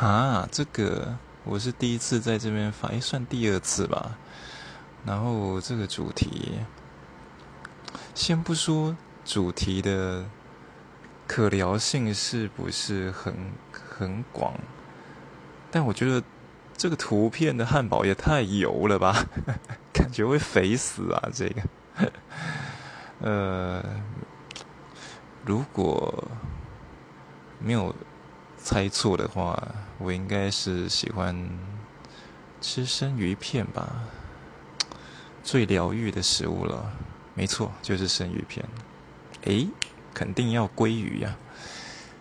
这个我是第一次在这边发，算第二次吧。然后这个主题，先不说主题的可聊性是不是很广，但我觉得这个图片的汉堡也太油了吧，感觉会肥死啊！这个，呃，如果没有猜错的话，我应该是喜欢吃生鱼片吧，最疗愈的食物了。没错，就是生鱼片。诶，肯定要鲑鱼呀、